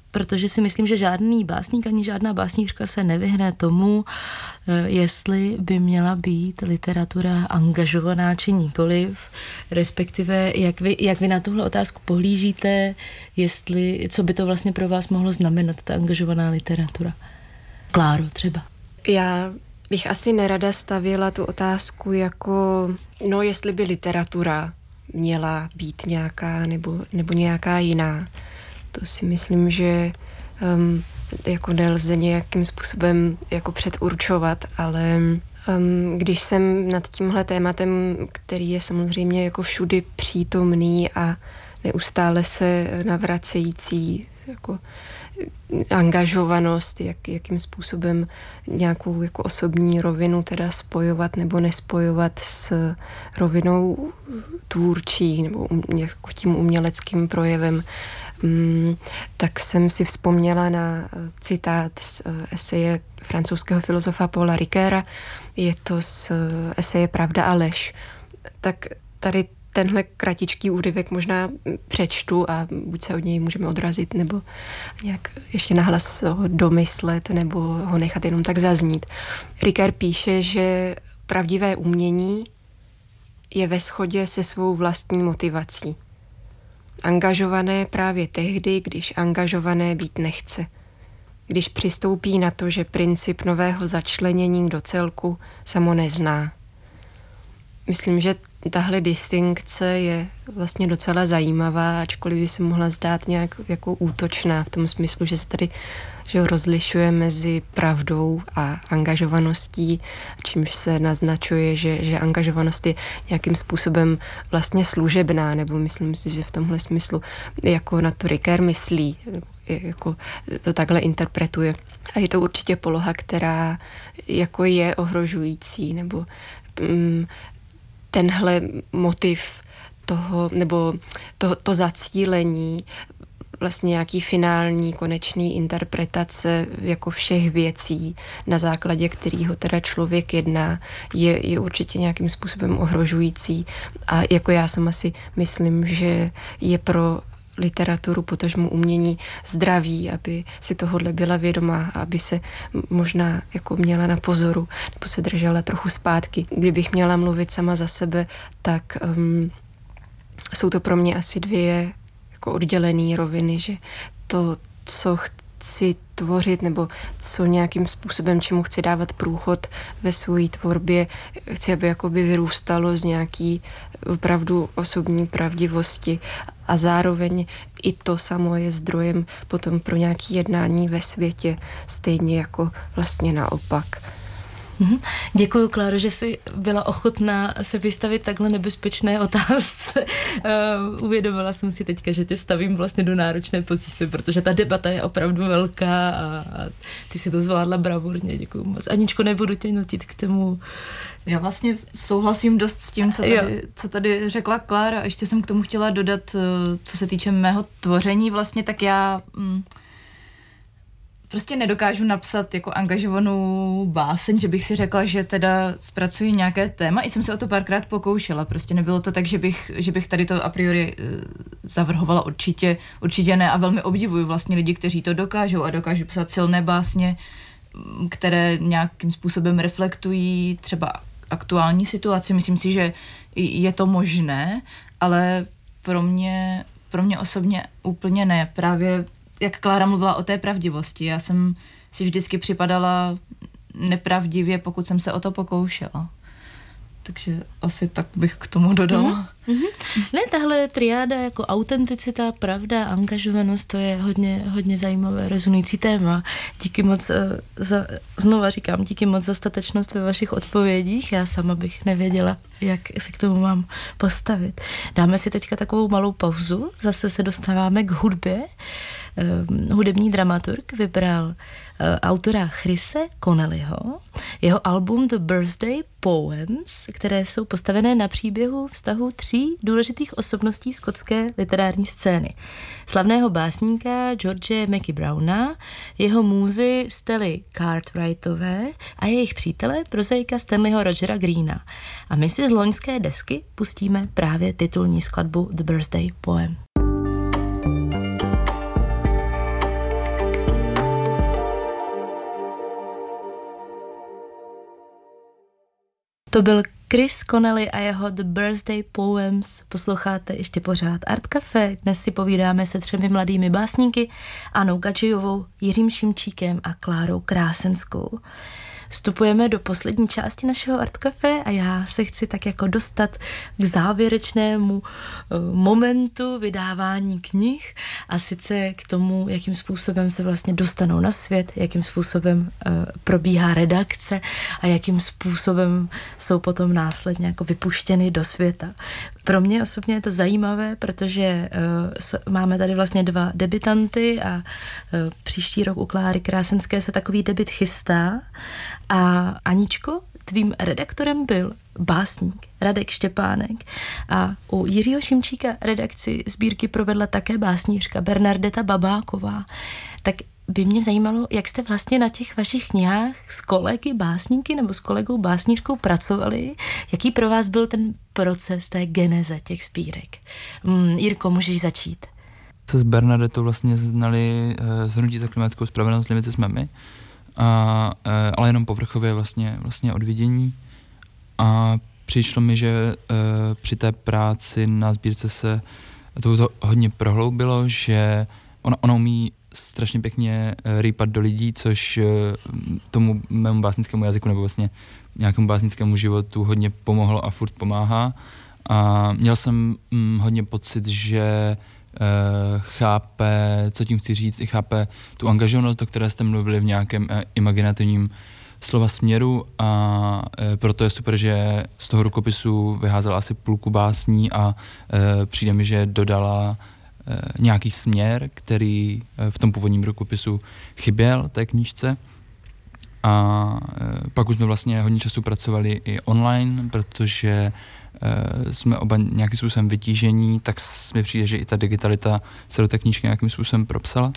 protože si myslím, že žádný básník ani žádná básnířka se nevyhne tomu, jestli by měla být literatura angažovaná či nikoliv, respektive jak vy na tuhle otázku pohlížíte, co by to vlastně pro vás mohlo znamenat, ta angažovaná literatura. Kláro třeba. Já bych asi nerada stavěla tu otázku jako, jestli by literatura měla být nějaká nebo nějaká jiná. To si myslím, že jako nelze nějakým způsobem jako předurčovat, ale když jsem nad tímhle tématem, který je samozřejmě jako všudy přítomný a neustále se navracející jako angažovanost, jakým způsobem nějakou jako osobní rovinu teda spojovat nebo nespojovat s rovinou tvůrčí nebo jako tím uměleckým projevem, tak jsem si vzpomněla na citát z eseje francouzského filozofa Paula Ricoeura. Je to z eseje Pravda a lež. Tak tady tenhle kratičký úryvek možná přečtu a buď se od něj můžeme odrazit, nebo nějak ještě nahlas ho domyslet, nebo ho nechat jenom tak zaznít. Ricoeur píše, že pravdivé umění je ve shodě se svou vlastní motivací. Angažované právě tehdy, když angažované být nechce. Když přistoupí na to, že princip nového začlenění do celku samo nezná. Myslím, že tahle distinkce je vlastně docela zajímavá, ačkoliv by se mohla zdát nějak jako útočná v tom smyslu, že se tady rozlišuje mezi pravdou a angažovaností, čímž se naznačuje, že angažovanost je nějakým způsobem vlastně služebná, nebo myslím si, že v tomhle smyslu jako na to Ricoeur myslí, jako to takhle interpretuje. A je to určitě poloha, která jako je ohrožující, nebo tenhle motiv toho, nebo to zacílení, vlastně nějaký finální, konečný interpretace jako všech věcí, na základě kterého teda člověk jedná, je určitě nějakým způsobem ohrožující. A jako já sama si myslím, že je pro literaturu, potažmo umění zdraví, aby si tohodle byla vědomá, aby se možná jako měla na pozoru, nebo se držela trochu zpátky. Kdybych měla mluvit sama za sebe, tak jsou to pro mě asi dvě jako oddělené roviny, že to, co chci tvořit, nebo co nějakým způsobem, čemu chci dávat průchod ve své tvorbě, chci, aby jakoby vyrůstalo z nějaký opravdu osobní pravdivosti a zároveň i to samo je zdrojem potom pro nějaké jednání ve světě, stejně jako vlastně naopak. Děkuju, Kláro, že jsi byla ochotná se vystavit takhle nebezpečné otázce. Uvědomila jsem si teďka, že tě stavím vlastně do náročné pozice, protože ta debata je opravdu velká a ty si to zvládla bravurně. Děkuju moc. Aničko, nebudu tě nutit k tomu. Já vlastně souhlasím dost s tím, co tady řekla Klára. Ještě jsem k tomu chtěla dodat, co se týče mého tvoření vlastně, tak já prostě nedokážu napsat jako angažovanou báseň, že bych si řekla, že teda zpracuji nějaké téma. I jsem se o to párkrát pokoušela. Prostě nebylo to tak, že bych tady to a priori zavrhovala. Určitě ne a velmi obdivuju vlastně lidi, kteří to dokážou a dokážou psát silné básně, které nějakým způsobem reflektují třeba aktuální situaci. Myslím si, že je to možné, ale pro mě osobně úplně ne. Právě jak Klára mluvila o té pravdivosti, já jsem si vždycky připadala nepravdivě, pokud jsem se o to pokoušela. Takže asi tak bych k tomu dodala. Ne, tahle triáda jako autenticita, pravda, angažovanost, to je hodně zajímavé, rezonující téma. Díky moc díky moc za statečnost ve vašich odpovědích. Já sama bych nevěděla, jak se k tomu mám postavit. Dáme si teďka takovou malou pauzu, zase se dostáváme k hudbě. Hudební dramaturg vybral autora Chrise Connellyho, jeho album The Birthday Poems, které jsou postavené na příběhu vztahu 3 důležitých osobností skotské literární scény. Slavného básníka George Mackey Browna, jeho můzy Stelly Cartwrightové a jejich přítele prozaika Stanleyho Rogera Greena. A my si z loňské desky pustíme právě titulní skladbu The Birthday Poem. To byl Chris Connelly a jeho The Birthday Poems. Posloucháte ještě pořád Art Café. Dnes si povídáme se 3 mladými básníky, Anou Gadžijovou, Jiřím Šimčíkem a Klárou Krásenskou. Vstupujeme do poslední části našeho Art Café a já se chci tak jako dostat k závěrečnému momentu vydávání knih a sice k tomu, jakým způsobem se vlastně dostanou na svět, jakým způsobem probíhá redakce a jakým způsobem jsou potom následně jako vypuštěny do světa. Pro mě osobně je to zajímavé, protože máme tady vlastně 2 debutanty a příští rok u Kláry Krásenské se takový debut chystá. A Aničko, tvým redaktorem byl básník Radek Štěpánek a u Jiřího Šimčíka redakci sbírky provedla také básnířka Bernardeta Babáková. Tak by mě zajímalo, jak jste vlastně na těch vašich knihách s kolegy básníky nebo s kolegou básnířkou pracovali. Jaký pro vás byl ten proces té geneze těch sbírek? Jirko, můžeš začít. Se s Bernardetou vlastně znali z Hnutí za klimatickou spravedlnost Limity jsme my, ale jenom povrchově vlastně od vidění. A přišlo mi, že při té práci na sbírce se to hodně prohloubilo, že ona umí strašně pěkně rýpat do lidí, což tomu mému básnickému jazyku nebo vlastně nějakému básnickému životu hodně pomohlo a furt pomáhá. A měl jsem hodně pocit, že chápe, co tím chci říct, i chápe tu angažovanost, o které jste mluvili v nějakém imaginativním slova směru, a proto je super, že z toho rukopisu vyházela asi půlku básní a přijde mi, že dodala nějaký směr, který v tom původním rukopisu chyběl té knížce. A pak už jsme vlastně hodně času pracovali i online, protože jsme oba nějakým způsobem vytížení, tak mi přijde, že i ta digitalita se do té knížky nějakým způsobem propsala.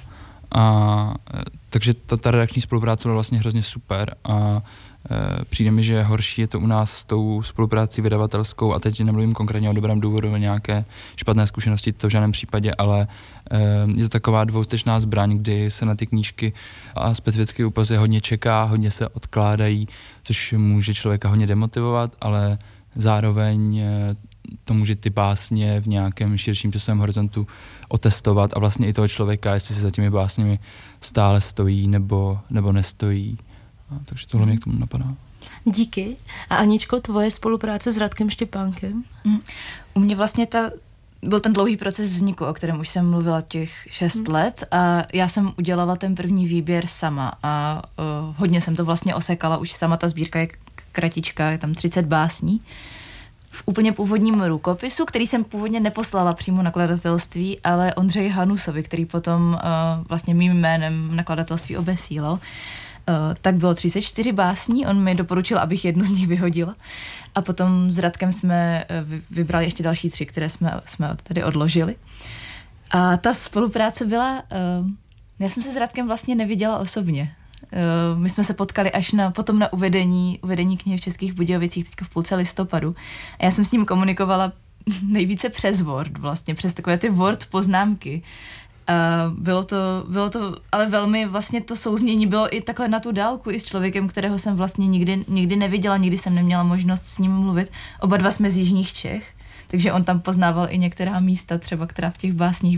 Takže ta redakční spolupráce byla vlastně hrozně super a přijde mi, že horší je to u nás s tou spoluprácí vydavatelskou, a teď nemluvím konkrétně o dobrém důvodu, o nějaké špatné zkušenosti, to v žádném případě, ale je to taková dvoustečná zbraň, kdy se na ty knížky a specificky úpazy hodně čeká, hodně se odkládají, což může člověka hodně demotivovat, ale zároveň to může ty básně v nějakém širším časovém horizontu otestovat a vlastně i toho člověka, jestli se za těmi básněmi stále stojí nebo nestojí. Takže tohle mě k tomu napadá. Díky. A Aničko, tvoje spolupráce s Radkem Štěpánkem? U mě vlastně byl ten dlouhý proces vzniku, o kterém už jsem mluvila těch 6 let, a já jsem udělala ten první výběr sama a hodně jsem to vlastně osekala, už sama ta sbírka je kratička, je tam 30 básní. V úplně původním rukopisu, který jsem původně neposlala přímo nakladatelství, ale Ondřeji Hanusovi, který potom vlastně mým jménem nakladatelství obesílal, tak bylo 34 básní, on mi doporučil, abych jednu z nich vyhodila. A potom s Radkem jsme vybrali ještě další 3, které jsme tady odložili. A ta spolupráce byla, já jsem se s Radkem vlastně neviděla osobně. My jsme se potkali až potom na uvedení knihy v Českých Budějovicích teďka v půlce listopadu. A já jsem s ním komunikovala nejvíce přes Word, vlastně přes takové ty Word poznámky. Bylo to, ale velmi vlastně to souznění bylo i takhle na tu dálku i s člověkem, kterého jsem vlastně nikdy neviděla, nikdy jsem neměla možnost s ním mluvit. Oba dva jsme z jižních Čech, takže on tam poznával i některá místa, třeba která v těch básních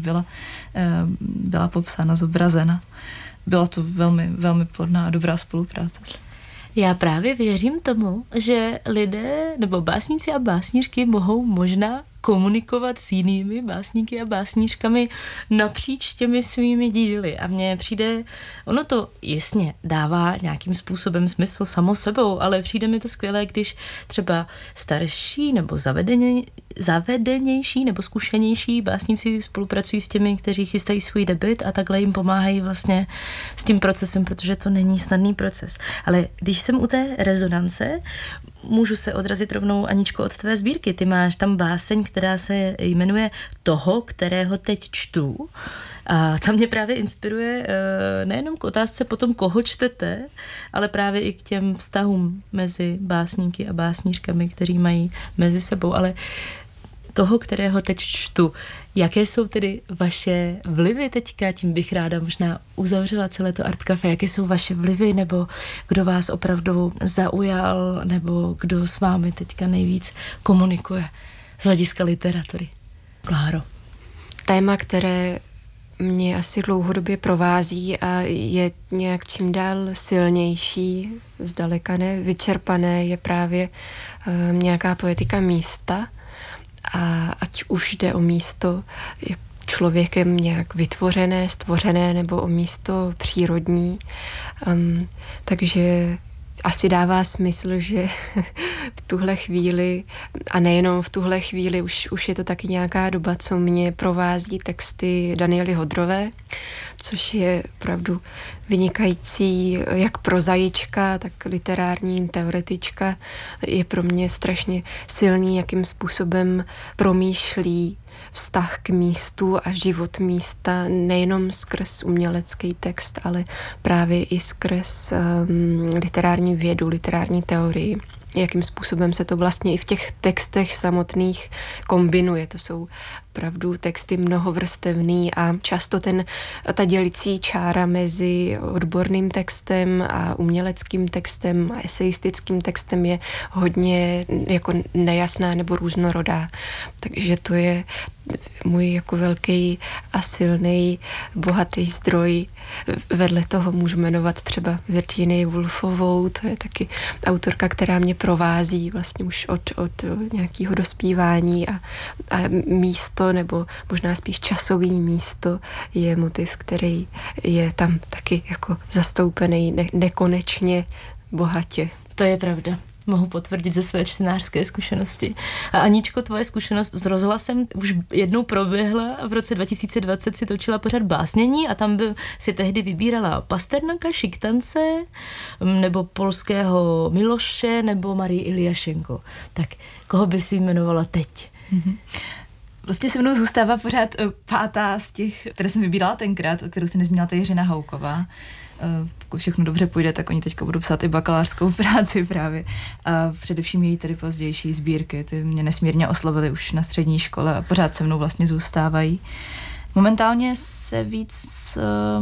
byla popsána, zobrazena. Byla to velmi, velmi plodná a dobrá spolupráce. Já právě věřím tomu, že lidé nebo básníci a básnířky mohou možná komunikovat s jinými básníky a básnířkami napříč těmi svými díly. A mně přijde, ono to jasně dává nějakým způsobem smysl samo sebou, ale přijde mi to skvělé, když třeba starší nebo zavedenější nebo zkušenější básníci spolupracují s těmi, kteří chystají svůj debut a takhle jim pomáhají vlastně s tím procesem, protože to není snadný proces. Ale když jsem u té rezonance, můžu se odrazit rovnou, Aničko, od tvé sbírky. Ty máš tam báseň, která se jmenuje Toho, kterého teď čtu. A ta mě právě inspiruje nejenom k otázce potom, koho čtete, ale právě i k těm vztahům mezi básníky a básnířkami, kteří mají mezi sebou. Ale toho, kterého teď čtu. Jaké jsou tedy vaše vlivy teďka? Tím bych ráda možná uzavřela celé to Art Café. Jaké jsou vaše vlivy, nebo kdo vás opravdu zaujal, nebo kdo s vámi teďka nejvíc komunikuje z hlediska literatury? Kláro. Téma, které mě asi dlouhodobě provází a je nějak čím dál silnější, zdaleka ne vyčerpané, je právě nějaká poetika místa. A ať už jde o místo člověkem nějak vytvořené, stvořené, nebo o místo přírodní. Takže asi dává smysl, že v tuhle chvíli, a nejenom v tuhle chvíli, už je to taky nějaká doba, co mě provází texty Daniely Hodrové, což je opravdu vynikající jak prozaička, tak literární teoretička. Je pro mě strašně silný, jakým způsobem promýšlí vztah k místu a život místa, nejenom skrz umělecký text, ale právě i skrz literární vědu, literární teorii. Jakým způsobem se to vlastně i v těch textech samotných kombinuje. To jsou opravdu texty mnohovrstevný a často ta dělicí čára mezi odborným textem a uměleckým textem a eseistickým textem je hodně jako nejasná nebo různorodá. Takže to je můj jako velký a silný, bohatý zdroj. Vedle toho můžu jmenovat třeba Virginii Woolfovou, to je taky autorka, která mě provází vlastně už od nějakého dospívání a místo, nebo možná spíš časový místo je motiv, který je tam taky jako zastoupený nekonečně bohatě. To je pravda. Mohu potvrdit ze své čtenářské zkušenosti. A Aničko, tvoje zkušenost s rozhlasem už jednou proběhla. V roce 2020 si točila pořad Básnění a tam si tehdy vybírala Pasternaka, Šiktance, nebo polského Miloše, nebo Marii Iljašenko. Tak koho by si jmenovala teď? Vlastně se mnou zůstává pořád 5. z těch, které jsem vybírala tenkrát, kterou si nezmínila, to je Jiřina Houková. Pokud všechno dobře půjde, tak oni teďka budou psát i bakalářskou práci právě. A především její tedy pozdější sbírky, ty mě nesmírně oslovily už na střední škole a pořád se mnou vlastně zůstávají. Momentálně se víc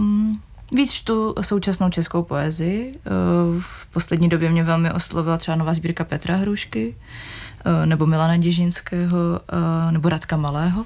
čtu současnou českou poezii. V poslední době mě velmi oslovila třeba nová sbírka Petra Hrušky, nebo Milana Děžinského, nebo Radka Malého.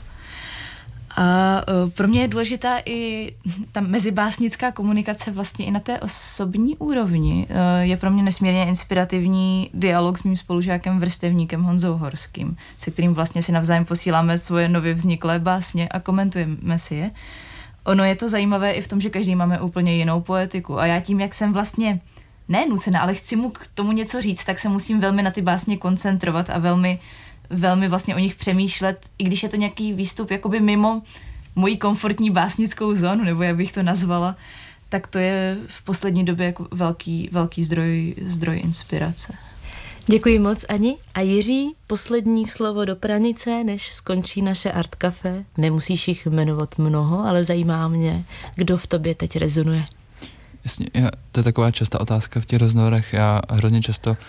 A pro mě je důležitá i ta mezibásnická komunikace vlastně i na té osobní úrovni. Je pro mě nesmírně inspirativní dialog s mým spolužákem vrstevníkem Honzou Horským, se kterým vlastně si navzájem posíláme svoje nově vzniklé básně a komentujeme si je. Ono je to zajímavé i v tom, že každý máme úplně jinou poetiku a já tím, jak jsem vlastně nucená, ale chci mu k tomu něco říct, tak se musím velmi na ty básně koncentrovat a velmi vlastně o nich přemýšlet, i když je to nějaký výstup jakoby mimo moji komfortní básnickou zónu, nebo jak bych to nazvala, tak to je v poslední době jako velký zdroj inspirace. Děkuji moc, Ani. A Jiří, poslední slovo do pranice, než skončí naše Art Café. Nemusíš jich jmenovat mnoho, ale zajímá mě, kdo v tobě teď rezonuje. Jasně, to je taková častá otázka v těch rozhovorech. Já hrozně často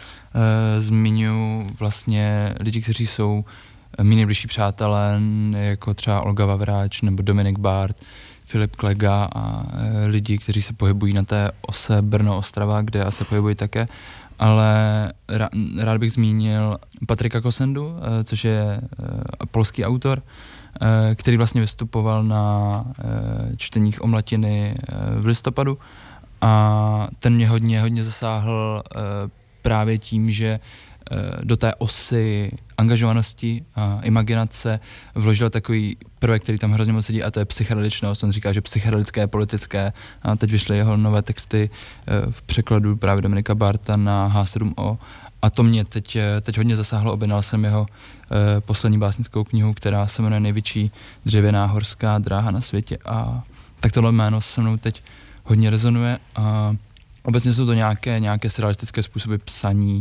zmiňuji vlastně lidi, kteří jsou mý nejbližší přátelé, jako třeba Olga Vavráč nebo Dominik Bart, Filip Klega a lidi, kteří se pohybují na té ose Brno-Ostrava, kde já se pohybuji také. Ale rád bych zmínil Patrika Kosendu, což je polský autor, který vlastně vystupoval na čteních Omlatiny v listopadu. A ten mě hodně zasáhl právě tím, že do té osy angažovanosti a imaginace vložil takový prvek, který tam hrozně moc sedí, a to je psychedeličnost. On říká, že psychedelické je politické, a teď vyšly jeho nové texty v překladu právě Dominika Barta na H7O. A to mě teď hodně zasáhlo. Objednal jsem jeho poslední básnickou knihu, která se jmenuje Největší dřevěná horská dráha na světě. A tak tohle jméno se mnou teď hodně rezonuje. A obecně jsou to nějaké surrealistické způsoby psaní,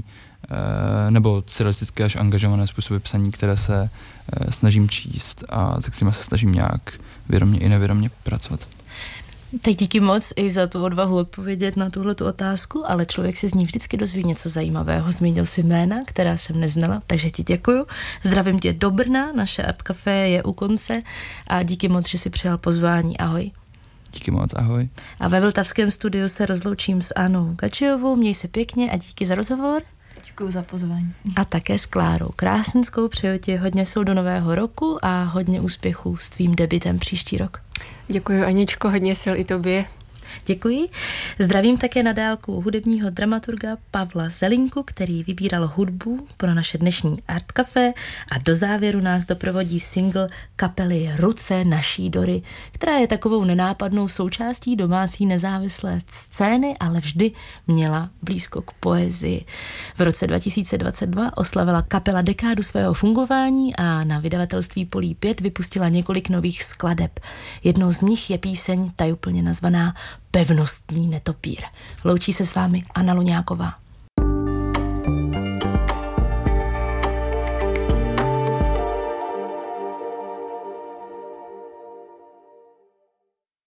nebo surrealistické až angažované způsoby psaní, které se snažím číst a se kterými se snažím nějak vědomě i nevědomě pracovat. Tak díky moc i za tu odvahu odpovědět na tuhletu otázku, ale člověk se z ní vždycky dozví něco zajímavého. Zmínil si jména, která jsem neznala, takže ti děkuju. Zdravím tě do Brna, naše Art Café je u konce a díky moc, že jsi přijal pozvání. Ahoj. Díky moc, ahoj. A ve Vltavském studiu se rozloučím s Anou Kačijovou. Měj se pěkně a díky za rozhovor. Děkuju za pozvání. A také s Klárou Krásenskou. Přeju ti hodně sil do nového roku a hodně úspěchů s tvým debutem příští rok. Děkuji, Aničko, hodně sil i tobě. Děkuji. Zdravím také na dálku hudebního dramaturga Pavla Zelinku, který vybíral hudbu pro naše dnešní Art Café a do závěru nás doprovodí single kapely Ruce naší Dory, která je takovou nenápadnou součástí domácí nezávislé scény, ale vždy měla blízko k poezii. V roce 2022 oslavila kapela dekádu svého fungování a na vydavatelství Polí 5 vypustila několik nových skladeb. Jednou z nich je píseň tajuplně nazvaná Pevnostní netopír. Loučí se s vámi Anna Luňáková.